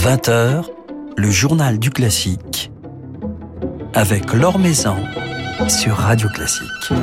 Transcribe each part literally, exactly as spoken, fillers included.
vingt heures, le journal du classique avec Laure Maison sur Radio Classique.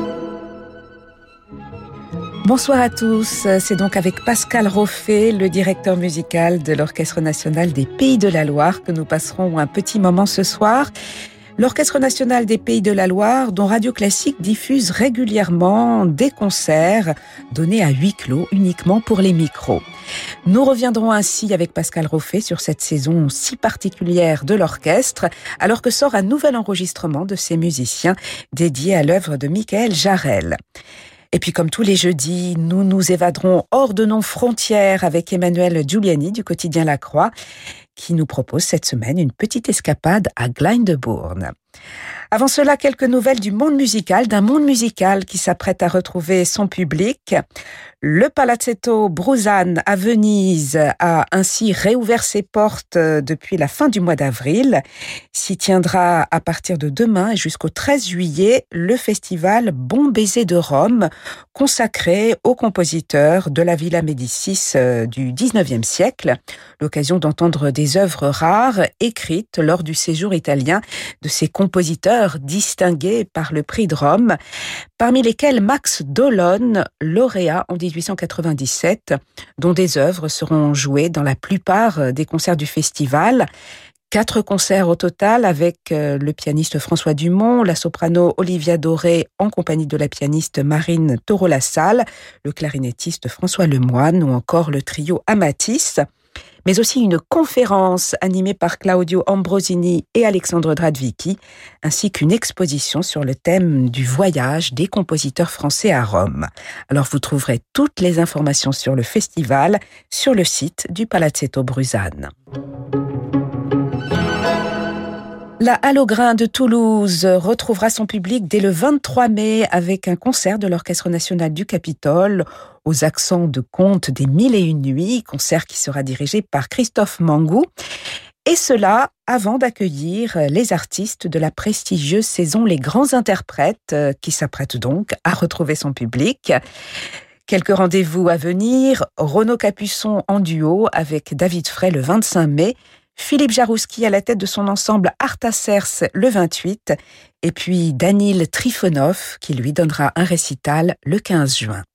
Bonsoir à tous, c'est donc avec Pascal Roffet, le directeur musical de l'Orchestre national des Pays de la Loire, que nous passerons un petit moment ce soir. L'Orchestre national des Pays de la Loire, dont Radio Classique diffuse régulièrement des concerts donnés à huis clos uniquement pour les micros. Nous reviendrons ainsi avec Pascal Roffet sur cette saison si particulière de l'orchestre, alors que sort un nouvel enregistrement de ces musiciens dédié à l'œuvre de Michael Jarel. Et puis comme tous les jeudis, nous nous évaderons hors de nos frontières avec Emmanuel Giuliani du quotidien La Croix, qui nous propose cette semaine une petite escapade à Glyndebourne. Avant cela, quelques nouvelles du monde musical, d'un monde musical qui s'apprête à retrouver son public. Le Palazzetto Bruzane à Venise a ainsi réouvert ses portes depuis la fin du mois d'avril. S'y tiendra à partir de demain et jusqu'au treize juillet le festival Bon Baiser de Rome, consacré aux compositeurs de la Villa Médicis du dix-neuvième siècle. L'occasion d'entendre des œuvres rares écrites lors du séjour italien de ces compositeurs distingués par le prix de Rome, parmi lesquels Max Dolon, lauréat en dix-huit cent quatre-vingt-dix-sept, dont des œuvres seront jouées dans la plupart des concerts du festival. Quatre concerts au total avec le pianiste François Dumont, la soprano Olivia Doré en compagnie de la pianiste Marine Toro-Lassalle, le clarinettiste François Lemoine ou encore le trio Amatis. Mais aussi une conférence animée par Claudio Ambrosini et Alexandre Dradvicki, ainsi qu'une exposition sur le thème du voyage des compositeurs français à Rome. Alors vous trouverez toutes les informations sur le festival sur le site du Palazzetto Bruzane. La Halle aux Grains de Toulouse retrouvera son public dès le vingt-trois mai avec un concert de l'Orchestre national du Capitole aux accents de conte des Mille et une nuits, concert qui sera dirigé par Christophe Mangou. Et cela avant d'accueillir les artistes de la prestigieuse saison Les Grands Interprètes, qui s'apprêtent donc à retrouver son public. Quelques rendez-vous à venir, Renaud Capuçon en duo avec David Frey le vingt-cinq mai, Philippe Jarouski à la tête de son ensemble Artaserse le vingt-huit, et puis Danil Trifonov qui lui donnera un récital le quinze juin.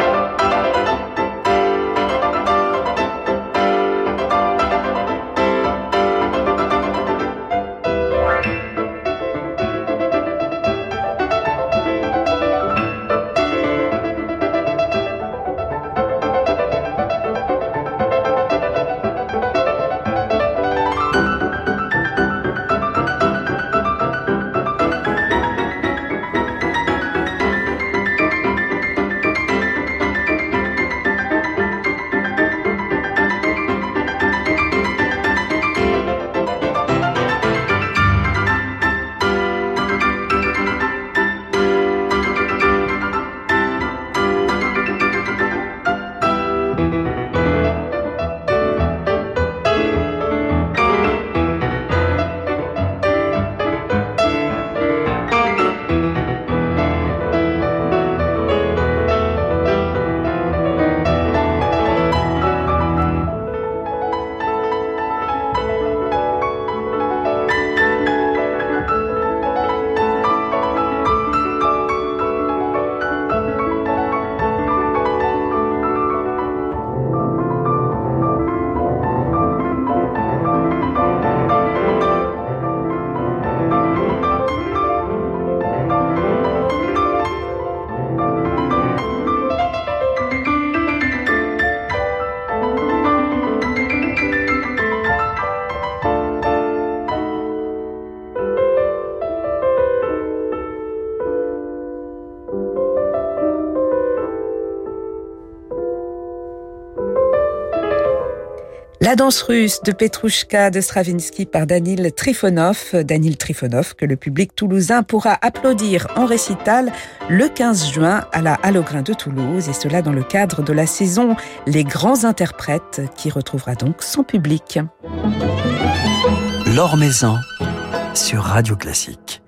La danse russe de Petrouchka de Stravinsky par Danil Trifonov. Danil Trifonov que le public toulousain pourra applaudir en récital le quinze juin à la Halle aux Grains de Toulouse, et cela dans le cadre de la saison Les Grands Interprètes qui retrouvera donc son public. Laure Maison sur Radio Classique.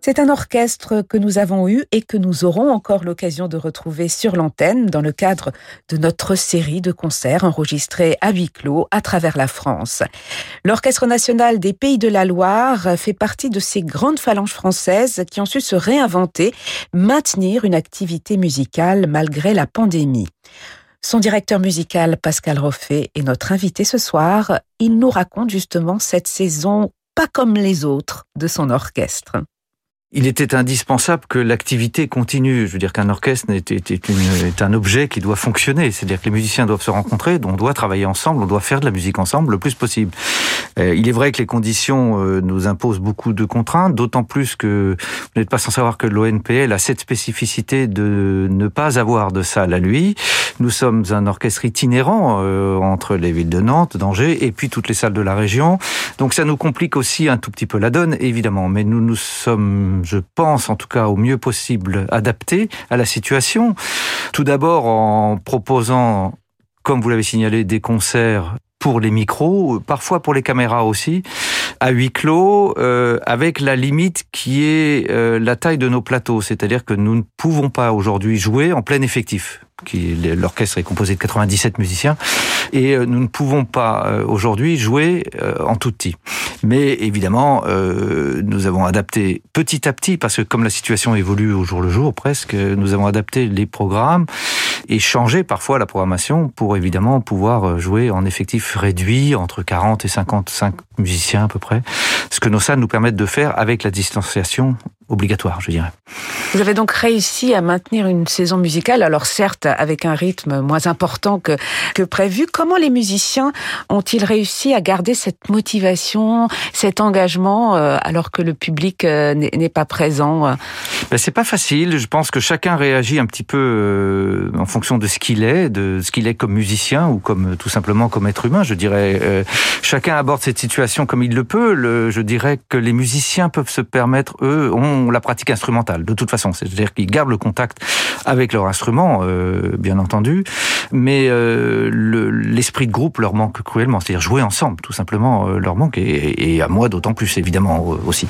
C'est un orchestre que nous avons eu et que nous aurons encore l'occasion de retrouver sur l'antenne dans le cadre de notre série de concerts enregistrés à huis clos à travers la France. L'Orchestre national des Pays de la Loire fait partie de ces grandes phalanges françaises qui ont su se réinventer, maintenir une activité musicale malgré la pandémie. Son directeur musical, Pascal Roffet, est notre invité ce soir. Il nous raconte justement cette saison pas comme les autres de son orchestre. Il était indispensable que l'activité continue. Je veux dire qu'un orchestre est, est, est, une, est un objet qui doit fonctionner. C'est-à-dire que les musiciens doivent se rencontrer, on doit travailler ensemble, on doit faire de la musique ensemble le plus possible. Euh, il est vrai que les conditions euh, nous imposent beaucoup de contraintes, d'autant plus que vous n'êtes pas sans savoir que l'O N P L a cette spécificité de ne pas avoir de salle à lui. Nous sommes un orchestre itinérant euh, entre les villes de Nantes, d'Angers et puis toutes les salles de la région. Donc ça nous complique aussi un tout petit peu la donne, évidemment. Mais nous nous sommes, je pense en tout cas au mieux possible, adaptés à la situation. Tout d'abord en proposant, comme vous l'avez signalé, des concerts pour les micros, parfois pour les caméras aussi, à huis clos, euh, avec la limite qui est euh, la taille de nos plateaux. C'est-à-dire que nous ne pouvons pas aujourd'hui jouer en plein effectif. Qui, l'orchestre est composé de quatre-vingt-dix-sept musiciens et nous ne pouvons pas aujourd'hui jouer en tout petit. Mais évidemment, euh, nous avons adapté petit à petit, parce que comme la situation évolue au jour le jour presque, nous avons adapté les programmes et changé parfois la programmation pour évidemment pouvoir jouer en effectif réduit, entre quarante et cinquante-cinq musiciens à peu près, ce que nos salles nous permettent de faire avec la distanciation obligatoire, je dirais. Vous avez donc réussi à maintenir une saison musicale, alors certes avec un rythme moins important que, que prévu. Comment les musiciens ont-ils réussi à garder cette motivation, cet engagement, euh, alors que le public euh, n'est, n'est pas présent? Ben, c'est pas facile. Je pense que chacun réagit un petit peu euh, en fonction de ce qu'il est, de ce qu'il est comme musicien ou comme tout simplement comme être humain. Je dirais, euh, chacun aborde cette situation comme il le peut. Le, je dirais que les musiciens peuvent se permettre, eux, ont la pratique instrumentale, de toute façon. C'est-à-dire qu'ils gardent le contact avec leur instrument, euh, bien entendu, mais euh, le, l'esprit de groupe leur manque cruellement. C'est-à-dire jouer ensemble, tout simplement, euh, leur manque, et, et à moi d'autant plus, évidemment, euh, aussi.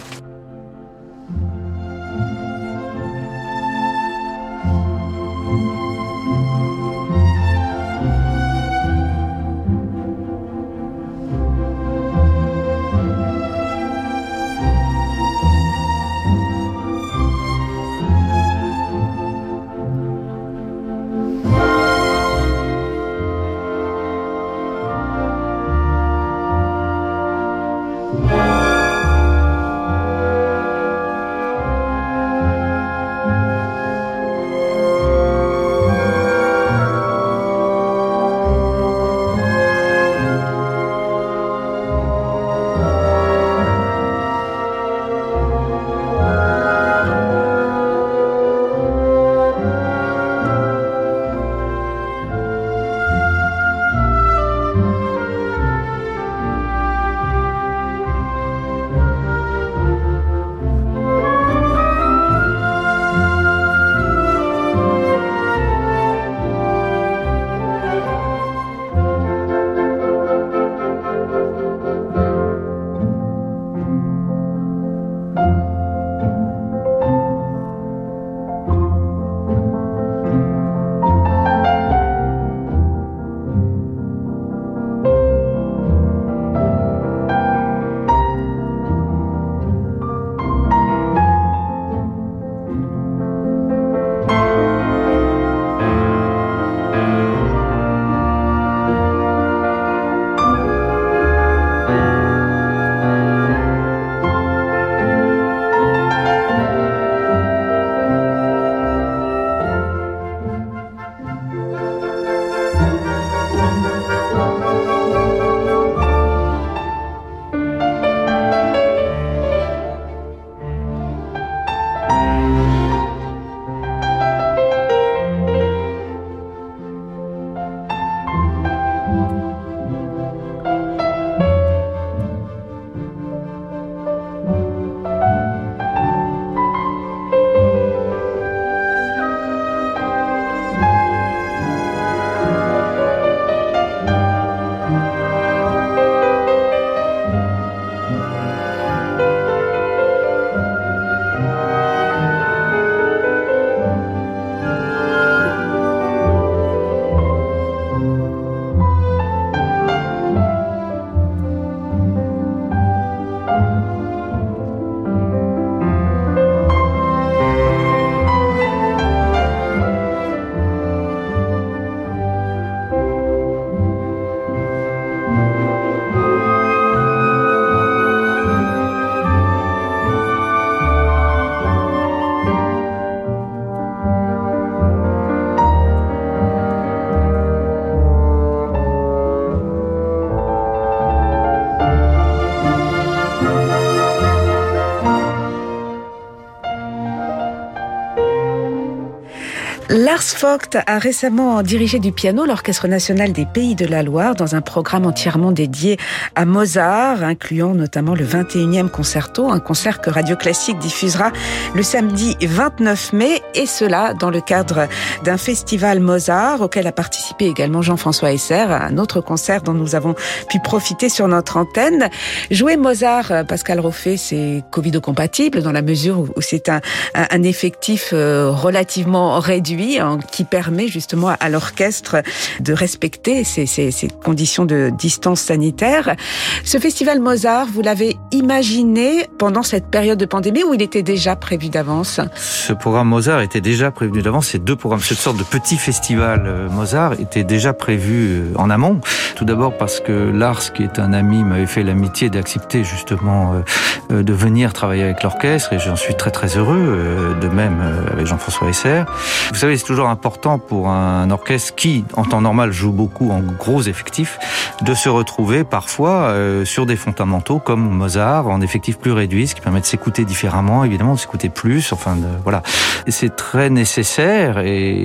Lars Vogt a récemment dirigé du piano l'Orchestre national des Pays de la Loire dans un programme entièrement dédié à Mozart, incluant notamment le vingt et unième concerto, un concert que Radio Classique diffusera le samedi vingt-neuf mai, et cela dans le cadre d'un festival Mozart auquel a participé également Jean-François Esser, un autre concert dont nous avons pu profiter sur notre antenne. Jouer Mozart, Pascal Roffe, c'est Covid-compatible dans la mesure où c'est un, un effectif relativement réduit qui permet justement à l'orchestre de respecter ces, ces, ces conditions de distance sanitaire. Ce festival Mozart, vous l'avez imaginé pendant cette période de pandémie ou il était déjà prévu d'avance ? Ce programme Mozart était déjà prévu d'avance. Ces deux programmes, cette sorte de petit festival Mozart était déjà prévu en amont. Tout d'abord parce que Lars, qui est un ami, m'avait fait l'amitié d'accepter justement de venir travailler avec l'orchestre et j'en suis très très heureux, de même avec Jean-François Esser. Vous savez, c'est toujours important pour un orchestre qui, en temps normal, joue beaucoup en gros effectifs, de se retrouver parfois euh, sur des fondamentaux comme Mozart, en effectifs plus réduits, ce qui permet de s'écouter différemment, évidemment, de s'écouter plus, enfin, de, voilà. Et c'est très nécessaire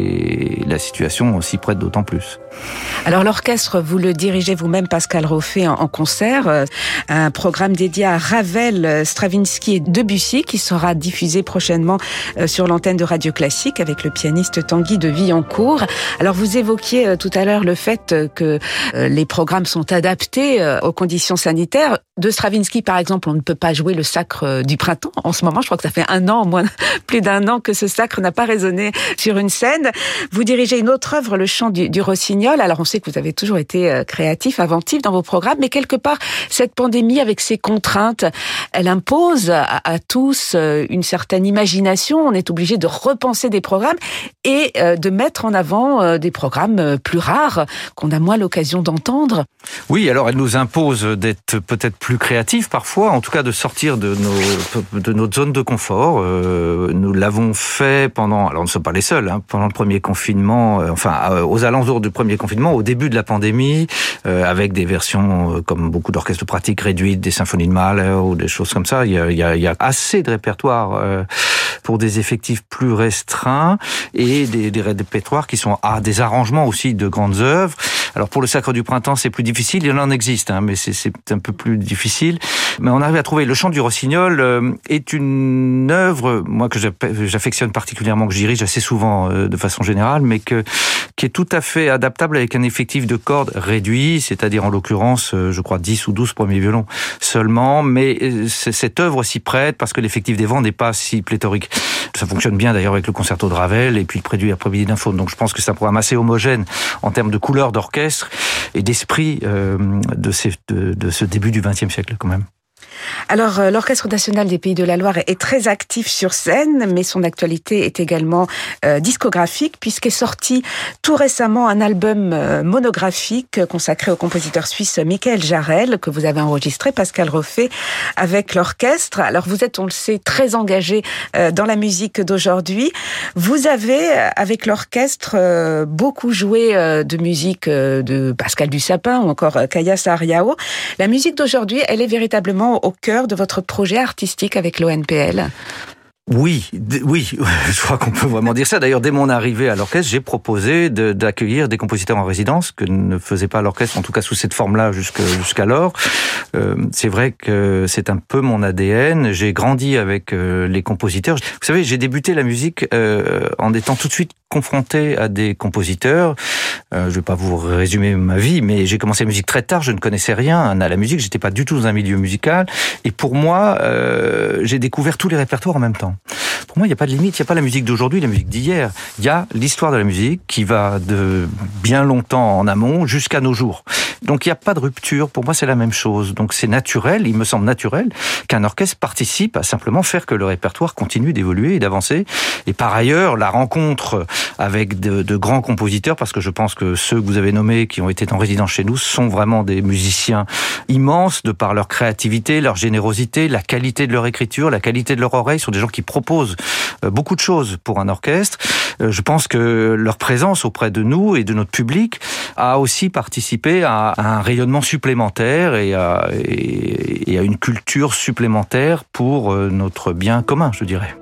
et la situation s'y prête d'autant plus. Alors l'orchestre, vous le dirigez vous-même, Pascal Roffe, en concert, un programme dédié à Ravel, Stravinsky et Debussy qui sera diffusé prochainement sur l'antenne de Radio Classique avec le pianiste Tanguy de Villancourt. Alors vous évoquiez tout à l'heure le fait que les programmes sont adaptés aux conditions sanitaires. De Stravinsky, par exemple, on ne peut pas jouer le Sacre du Printemps. En ce moment, je crois que ça fait un an, moins plus d'un an que ce Sacre n'a pas résonné sur une scène. Vous dirigez une autre œuvre, le Chant du, du Rossignol. Alors on sait que vous avez toujours été créatif, inventif dans vos programmes, mais quelque part, cette pandémie avec ses contraintes, elle impose à, à tous une certaine imagination. On est obligé de repenser des programmes et de mettre en avant des programmes plus rares qu'on a moins l'occasion d'entendre. Oui, alors elle nous impose d'être peut-être plus créatifs parfois, en tout cas de sortir de nos de notre zone de confort. Euh, nous l'avons fait pendant, alors nous ne sommes pas les seuls, hein, pendant le premier confinement, euh, enfin euh, aux alentours du premier confinement, au début de la pandémie, euh, avec des versions euh, comme beaucoup d'orchestres pratiques réduites, des symphonies de Mahler ou des choses comme ça. Il y a, il y a, il y a assez de répertoires euh, pour des effectifs plus restreints et des, des répertoires qui sont à des arrangements aussi de grandes œuvres. Alors pour le Sacre du Printemps, c'est plus difficile, il en existe, hein, mais c'est, c'est un peu plus difficile. Mais on arrive à trouver. Le Chant du Rossignol euh, est une œuvre, moi que j'affectionne particulièrement, que je dirige assez souvent euh, de façon générale, mais que qui est tout à fait adaptable avec un effectif de cordes réduit, c'est-à-dire en l'occurrence, euh, je crois dix ou douze premiers violons seulement. Mais euh, cette œuvre s'y prête parce que l'effectif des vents n'est pas si pléthorique. Ça fonctionne bien d'ailleurs avec le concerto de Ravel et puis le Prélude après-midi d'un faune. Donc je pense que c'est un programme assez homogène en termes de couleurs d'orchestre et d'esprit euh, de, ces, de, de ce début du vingtième siècle quand même. Alors, l'Orchestre national des Pays de la Loire est très actif sur scène, mais son actualité est également euh, discographique, puisqu'est sorti tout récemment un album euh, monographique consacré au compositeur suisse Michael Jarel, que vous avez enregistré, Pascal Roffe, avec l'orchestre. Alors, vous êtes, on le sait, très engagé euh, dans la musique d'aujourd'hui. Vous avez, avec l'orchestre, euh, beaucoup joué euh, de musique euh, de Pascal Dussapin ou encore euh, Kaya Saariaho. La musique d'aujourd'hui, elle est véritablement au cœur de votre projet artistique avec l'O N P L. Oui, d- oui, je crois qu'on peut vraiment dire ça. D'ailleurs, dès mon arrivée à l'orchestre, j'ai proposé de, d'accueillir des compositeurs en résidence que ne faisait pas l'orchestre, en tout cas sous cette forme-là jusque, jusqu'alors. Euh, c'est vrai que c'est un peu mon A D N. J'ai grandi avec euh, les compositeurs. Vous savez, j'ai débuté la musique euh, en étant tout de suite confronté à des compositeurs. Euh, je vais pas vous résumer ma vie, mais j'ai commencé la musique très tard. Je ne connaissais rien à la musique. J'étais pas du tout dans un milieu musical. Et pour moi, euh, j'ai découvert tous les répertoires en même temps. Pour moi, il n'y a pas de limite. Il n'y a pas la musique d'aujourd'hui, la musique d'hier. Il y a l'histoire de la musique qui va de bien longtemps en amont jusqu'à nos jours. Donc, il n'y a pas de rupture. Pour moi, c'est la même chose. Donc, c'est naturel, il me semble naturel, qu'un orchestre participe à simplement faire que le répertoire continue d'évoluer et d'avancer. Et par ailleurs, la rencontre avec de, de grands compositeurs, parce que je pense que ceux que vous avez nommés, qui ont été en résidence chez nous, sont vraiment des musiciens immenses de par leur créativité, leur générosité, la qualité de leur écriture, la qualité de leur oreille. Ce sont des gens qui proposent beaucoup de choses pour un orchestre. Je pense que leur présence auprès de nous et de notre public a aussi participé à un rayonnement supplémentaire et à, et à une culture supplémentaire pour notre bien commun, je dirais.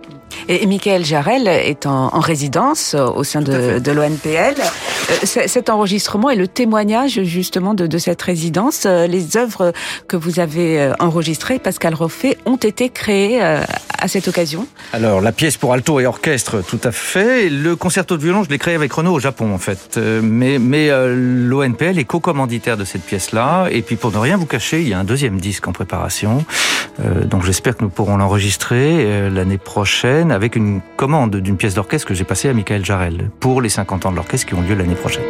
Et, et Michaël Jarel est en, en résidence au sein de, de l'O N P L. Euh, cet enregistrement est le témoignage justement de, de cette résidence. Les œuvres que vous avez enregistrées, Pascal Roffet, ont été créées euh, à cette occasion. Alors, la pièce pour alto et orchestre, tout à fait. Le concerto de violon, je l'ai créé avec Renaud au Japon, en fait. Euh, mais mais euh, l'O N P L est co-commanditaire de cette pièce-là. Et puis, pour ne rien vous cacher, il y a un deuxième disque en préparation. Euh, donc, j'espère que nous pourrons l'enregistrer euh, l'année prochaine avec une commande d'une pièce d'orchestre que j'ai passée à Michaël Jarel pour les cinquante ans de l'orchestre qui ont lieu l'année prochaine.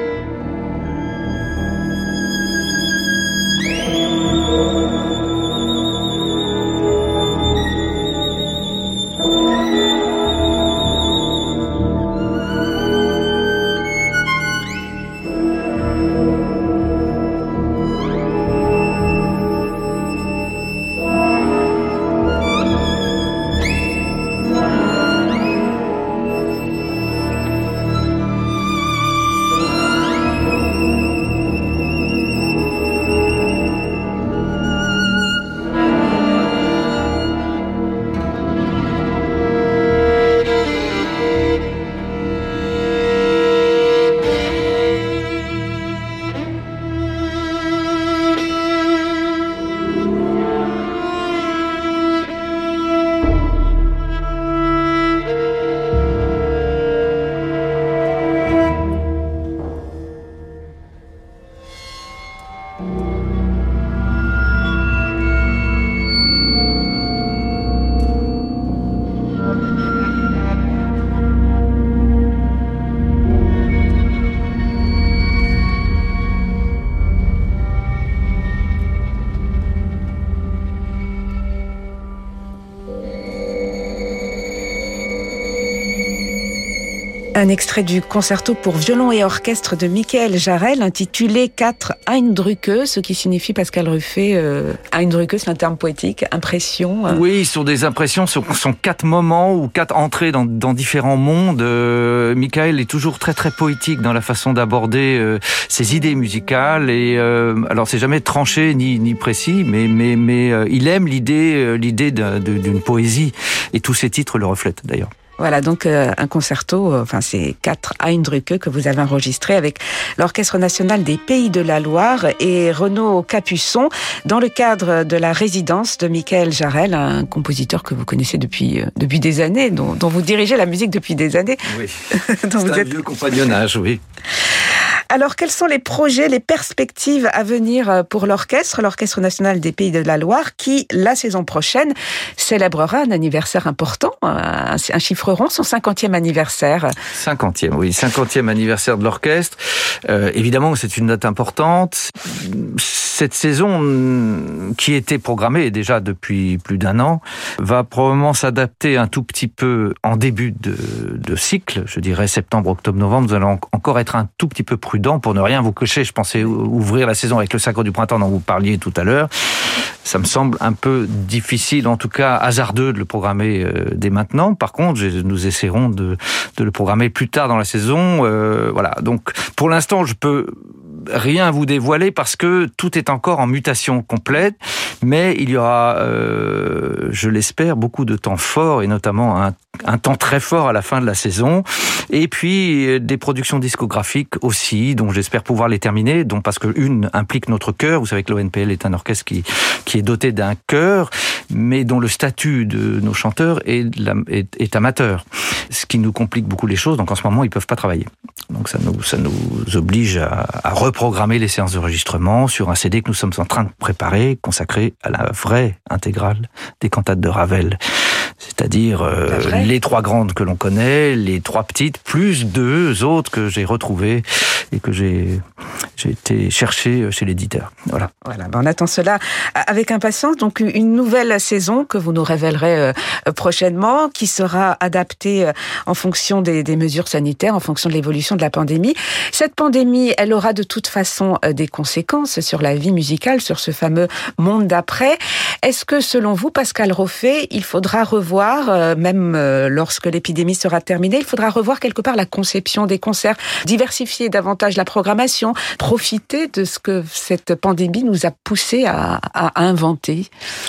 Un extrait du concerto pour violon et orchestre de Michaël Jarel intitulé quatre Eindrücke, ce qui signifie, Pascal Roffet, euh, Eindrücke, c'est un terme poétique, impression. Euh... Oui, ce sont des impressions, ce sont quatre moments ou quatre entrées dans, dans différents mondes. Euh, Michaël est toujours très très poétique dans la façon d'aborder euh, ses idées musicales et euh, alors c'est jamais tranché ni ni précis, mais mais mais euh, il aime l'idée euh, l'idée d'un, de, d'une poésie et tous ses titres le reflètent d'ailleurs. Voilà, donc euh, un concerto, euh, enfin c'est quatre Eindrücke que vous avez enregistré avec l'Orchestre national des Pays de la Loire et Renaud Capuçon dans le cadre de la résidence de Michaël Jarel, un compositeur que vous connaissez depuis euh, depuis des années, dont, dont vous dirigez la musique depuis des années. Oui, c'est vous un êtes... vieux compagnonnage, oui. Alors, quels sont les projets, les perspectives à venir pour l'orchestre, l'Orchestre national des Pays de la Loire, qui, la saison prochaine, célébrera un anniversaire important, un, un chiffre rond, son cinquantième anniversaire. cinquantième, oui, cinquantième anniversaire de l'orchestre. Euh, évidemment, c'est une date importante. Cette saison, qui était programmée déjà depuis plus d'un an, va probablement s'adapter un tout petit peu en début de, de cycle, je dirais septembre, octobre, novembre. Nous allons encore être un tout petit peu prudents pour ne rien vous cocher. Je pensais ouvrir la saison avec le Sacre du Printemps dont vous parliez tout à l'heure. Ça me semble un peu difficile, en tout cas hasardeux de le programmer euh, dès maintenant. Par contre, je, nous essaierons de, de le programmer plus tard dans la saison. Euh, voilà. Donc, pour l'instant, je peux rien vous dévoiler parce que tout est encore en mutation complète, mais il y aura, euh, je l'espère, beaucoup de temps fort et notamment un, un temps très fort à la fin de la saison. Et puis des productions discographiques aussi, dont j'espère pouvoir les terminer, dont parce que une implique notre chœur. Vous savez que l'O N P L est un orchestre qui qui est doté d'un chœur, mais dont le statut de nos chanteurs est, est, est amateur, ce qui nous complique beaucoup les choses. Donc en ce moment, ils peuvent pas travailler. Donc ça nous ça nous oblige à, à reprogrammer les séances d'enregistrement sur un C D que nous sommes en train de préparer, consacré à la vraie intégrale des cantates de Ravel. C'est-à-dire euh, les trois grandes que l'on connaît, les trois petites, plus deux autres que j'ai retrouvées et que j'ai j'ai été chercher chez l'éditeur. Voilà. Voilà. Ben on attend cela avec impatience. Donc une nouvelle saison que vous nous révélerez euh, prochainement, qui sera adaptée euh, en fonction des, des mesures sanitaires, en fonction de l'évolution de la pandémie. Cette pandémie, elle aura de toute façon euh, des conséquences sur la vie musicale, sur ce fameux monde d'après. Est-ce que, selon vous, Pascal Roffet, il faudra revoir, euh, même euh, lorsque l'épidémie sera terminée, il faudra revoir quelque part la conception des concerts, diversifier davantage la programmation, profiter de ce que cette pandémie nous a poussé à, à inventer?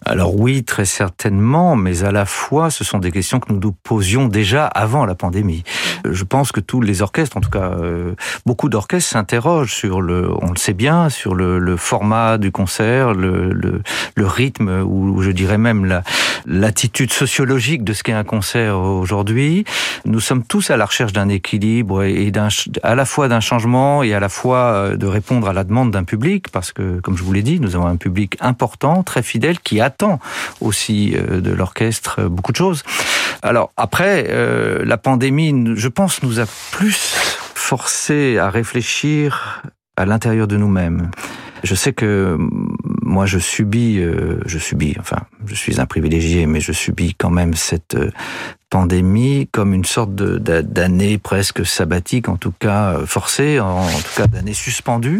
Alors oui, très certainement, mais à la fois, ce sont des questions que nous nous posions déjà avant la pandémie. Je pense que tous les orchestres, en tout cas euh, beaucoup d'orchestres, s'interrogent sur le, on le sait bien, sur le, le format du concert, le, le, le rythme, ou je dirais même la, l'attitude sociologique de ce qu'est un concert aujourd'hui. Nous sommes tous à la recherche d'un équilibre et d'un, à la fois d'un changement et à la fois de répondre à la demande d'un public, parce que, comme je vous l'ai dit, nous avons un public important, très fidèle, qui attend aussi de l'orchestre beaucoup de choses. Alors après, euh, la pandémie, je pense, nous a plus forcé à réfléchir à l'intérieur de nous-mêmes. Je sais que moi, je subis, euh, je subis, enfin, je suis un privilégié, mais je subis quand même cette euh, pandémie comme une sorte de, d'année presque sabbatique, en tout cas forcée, en, en tout cas d'année suspendue.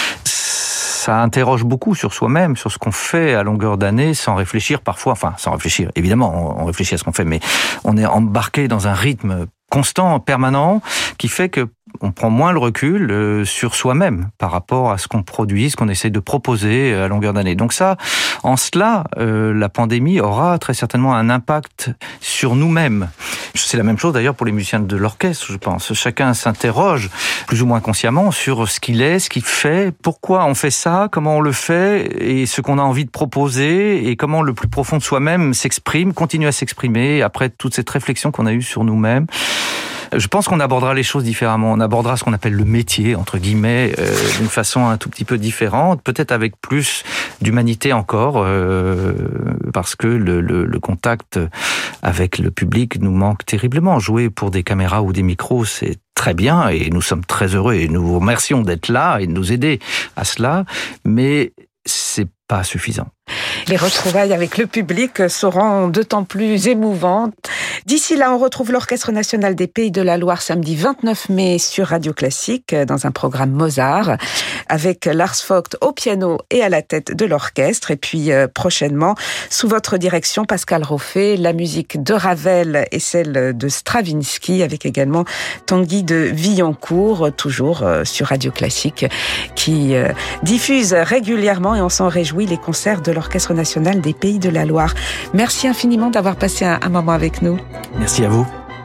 Ça interroge beaucoup sur soi-même, sur ce qu'on fait à longueur d'année, sans réfléchir parfois, enfin, sans réfléchir, évidemment, on, on réfléchit à ce qu'on fait, mais on est embarqué dans un rythme constant, permanent, qui fait que on prend moins le recul euh, sur soi-même par rapport à ce qu'on produit, ce qu'on essaie de proposer à longueur d'année. Donc ça, en cela, euh, la pandémie aura très certainement un impact sur nous-mêmes. C'est la même chose d'ailleurs pour les musiciens de l'orchestre, je pense. Chacun s'interroge plus ou moins consciemment sur ce qu'il est, ce qu'il fait, pourquoi on fait ça, comment on le fait, et ce qu'on a envie de proposer, et comment le plus profond de soi-même s'exprime, continue à s'exprimer après toute cette réflexion qu'on a eue sur nous-mêmes. Je pense qu'on abordera les choses différemment. On abordera ce qu'on appelle le métier, entre guillemets, euh, d'une façon un tout petit peu différente, peut-être avec plus d'humanité encore, euh, parce que le, le, le contact avec le public nous manque terriblement. Jouer pour des caméras ou des micros, c'est très bien, et nous sommes très heureux, et nous vous remercions d'être là et de nous aider à cela, mais c'est pas suffisant. Les retrouvailles avec le public seront d'autant plus émouvantes. D'ici là, on retrouve l'Orchestre national des Pays de la Loire samedi vingt-neuf mai sur Radio Classique dans un programme Mozart avec Lars Vogt au piano et à la tête de l'orchestre. Et puis euh, prochainement, sous votre direction, Pascal Rauffet, la musique de Ravel et celle de Stravinsky avec également Tanguy de Villancourt, toujours euh, sur Radio Classique, qui euh, diffuse régulièrement, et on s'en réjouit, les concerts de l'Orchestre national des Pays de la Loire. Merci infiniment d'avoir passé un, un moment avec nous. Merci à vous.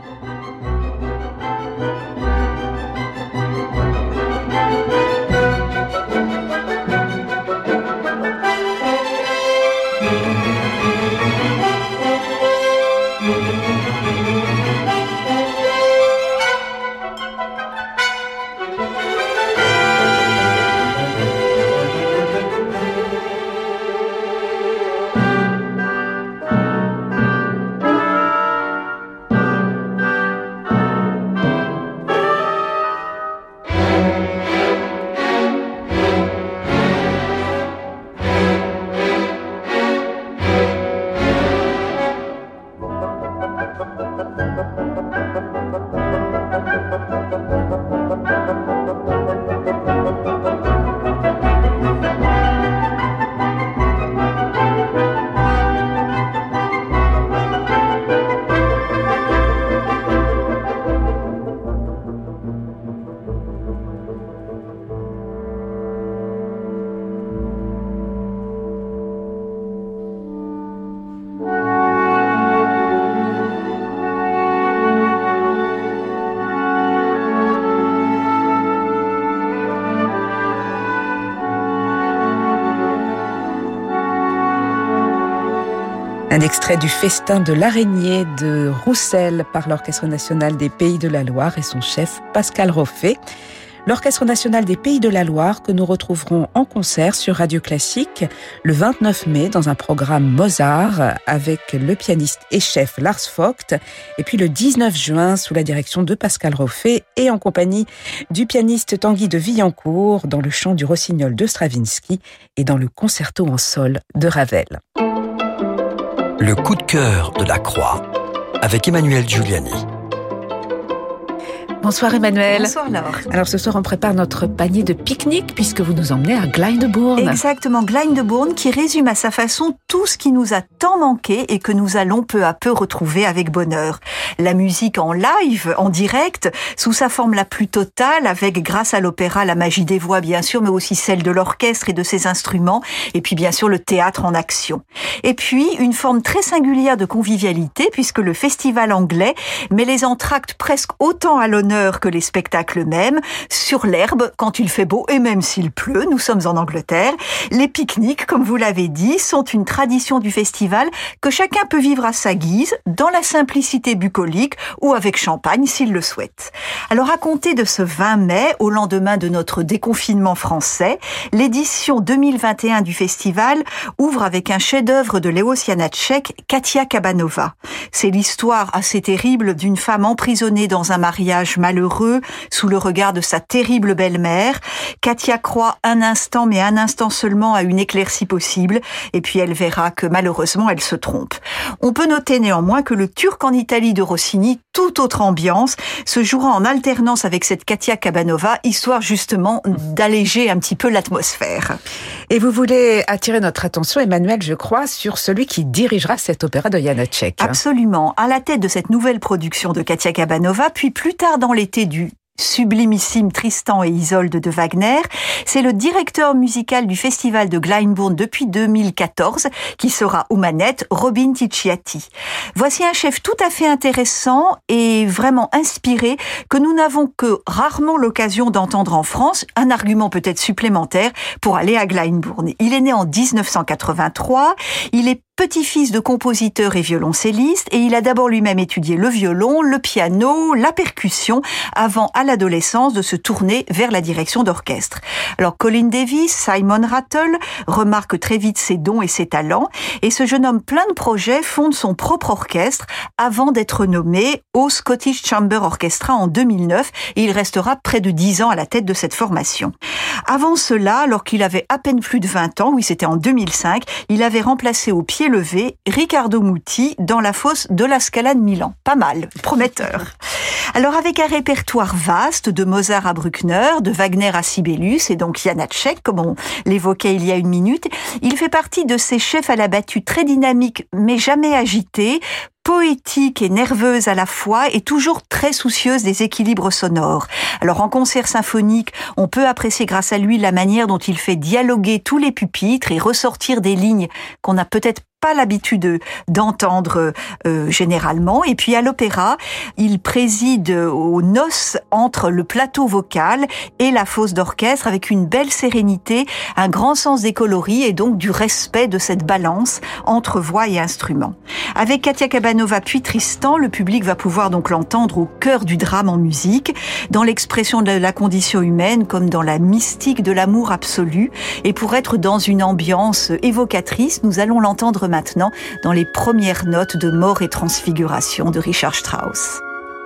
Un extrait du Festin de l'araignée de Roussel par l'Orchestre national des Pays de la Loire et son chef Pascal Rauffet. L'Orchestre national des Pays de la Loire que nous retrouverons en concert sur Radio Classique le vingt-neuf mai dans un programme Mozart avec le pianiste et chef Lars Vogt, et puis le dix-neuf juin sous la direction de Pascal Rauffet et en compagnie du pianiste Tanguy de Villancourt dans le chant du Rossignol de Stravinsky et dans le concerto en sol de Ravel. Le coup de cœur de la Croix avec Emmanuel Giuliani. Bonsoir Emmanuel. Bonsoir Laure. Alors ce soir on prépare notre panier de pique-nique puisque vous nous emmenez à Glyndebourne. Exactement, Glyndebourne qui résume à sa façon tout ce qui nous a tant manqué et que nous allons peu à peu retrouver avec bonheur. La musique en live, en direct, sous sa forme la plus totale, avec grâce à l'opéra la magie des voix bien sûr, mais aussi celle de l'orchestre et de ses instruments, et puis bien sûr le théâtre en action. Et puis une forme très singulière de convivialité puisque le festival anglais met les entr'actes presque autant à l'honneur que les spectacles eux-mêmes, sur l'herbe, quand il fait beau et même s'il pleut, nous sommes en Angleterre. Les pique-niques, comme vous l'avez dit, sont une tradition du festival que chacun peut vivre à sa guise, dans la simplicité bucolique ou avec champagne s'il le souhaite. Alors à compter de ce vingt mai, au lendemain de notre déconfinement français, l'édition deux mille vingt et un du festival ouvre avec un chef-d'œuvre de Leos Janáček, Katia Kabanova. C'est l'histoire assez terrible d'une femme emprisonnée dans un mariage malheureux, sous le regard de sa terrible belle-mère. Katia croit un instant, mais un instant seulement, à une éclaircie possible, et puis elle verra que malheureusement elle se trompe. On peut noter néanmoins que le Turc en Italie de Rossini, toute autre ambiance, se jouera en alternance avec cette Katia Kabanova, histoire justement d'alléger un petit peu l'atmosphère. Et vous voulez attirer notre attention, Emmanuel, je crois, sur celui qui dirigera cet opéra de Janáček. Absolument. À la tête de cette nouvelle production de Katia Kabanova, puis plus tard dans l'été du sublimissime Tristan et Isolde de Wagner, c'est le directeur musical du festival de Glyndebourne depuis deux mille quatorze qui sera aux manettes, Robin Ticciati. Voici un chef tout à fait intéressant et vraiment inspiré que nous n'avons que rarement l'occasion d'entendre en France, un argument peut-être supplémentaire pour aller à Glyndebourne. Il est né en dix-neuf cent quatre-vingt-trois, il est petit-fils de compositeur et violoncelliste, et il a d'abord lui-même étudié le violon, le piano, la percussion, avant à l'adolescence de se tourner vers la direction d'orchestre. Alors Colin Davis, Simon Rattle remarquent très vite ses dons et ses talents, et ce jeune homme plein de projets fonde son propre orchestre avant d'être nommé au Scottish Chamber Orchestra en deux mille neuf, et il restera près de dix ans à la tête de cette formation. Avant cela, alors qu'il avait à peine plus de vingt ans, oui c'était en deux mille cinq, il avait remplacé au pied levé Riccardo Muti dans la fosse de la Scala de Milan. Pas mal, prometteur. Alors avec un répertoire vaste de Mozart à Bruckner, de Wagner à Sibelius et donc Janáček, comme on l'évoquait il y a une minute, il fait partie de ces chefs à la battue très dynamique mais jamais agités, poétique et nerveuse à la fois et toujours très soucieuse des équilibres sonores. Alors en concert symphonique, on peut apprécier grâce à lui la manière dont il fait dialoguer tous les pupitres et ressortir des lignes qu'on n'a peut-être pas l'habitude d'entendre euh, généralement. Et puis à l'opéra, il préside aux noces entre le plateau vocal et la fosse d'orchestre avec une belle sérénité, un grand sens des coloris et donc du respect de cette balance entre voix et instruments. Avec Katia Kabanova puis Tristan, le public va pouvoir donc l'entendre au cœur du drame en musique, dans l'expression de la condition humaine comme dans la mystique de l'amour absolu. Et pour être dans une ambiance évocatrice, nous allons l'entendre maintenant dans les premières notes de Mort et Transfiguration de Richard Strauss.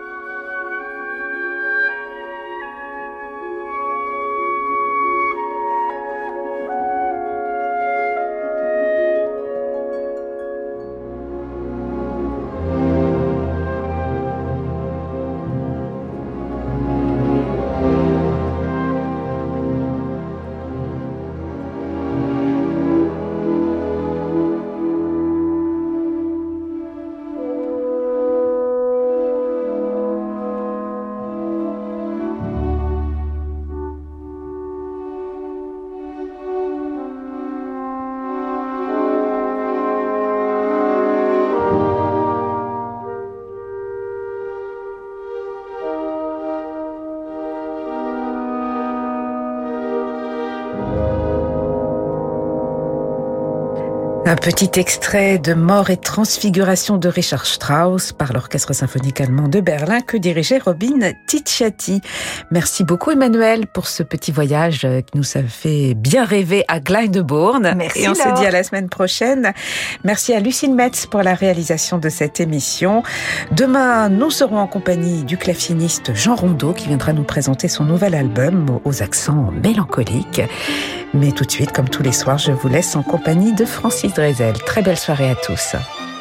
Un petit extrait de Mort et Transfiguration de Richard Strauss par l'Orchestre symphonique allemand de Berlin que dirigeait Robin Ticciati. Merci beaucoup Emmanuel pour ce petit voyage qui nous a fait bien rêver à Glyndebourne. Merci. Et on Laure. se dit à la semaine prochaine. Merci à Lucine Metz pour la réalisation de cette émission. Demain, nous serons en compagnie du claveciniste Jean Rondeau qui viendra nous présenter son nouvel album aux accents mélancoliques. Mais tout de suite, comme tous les soirs, je vous laisse en compagnie de Francis Drezel. Très belle soirée à tous.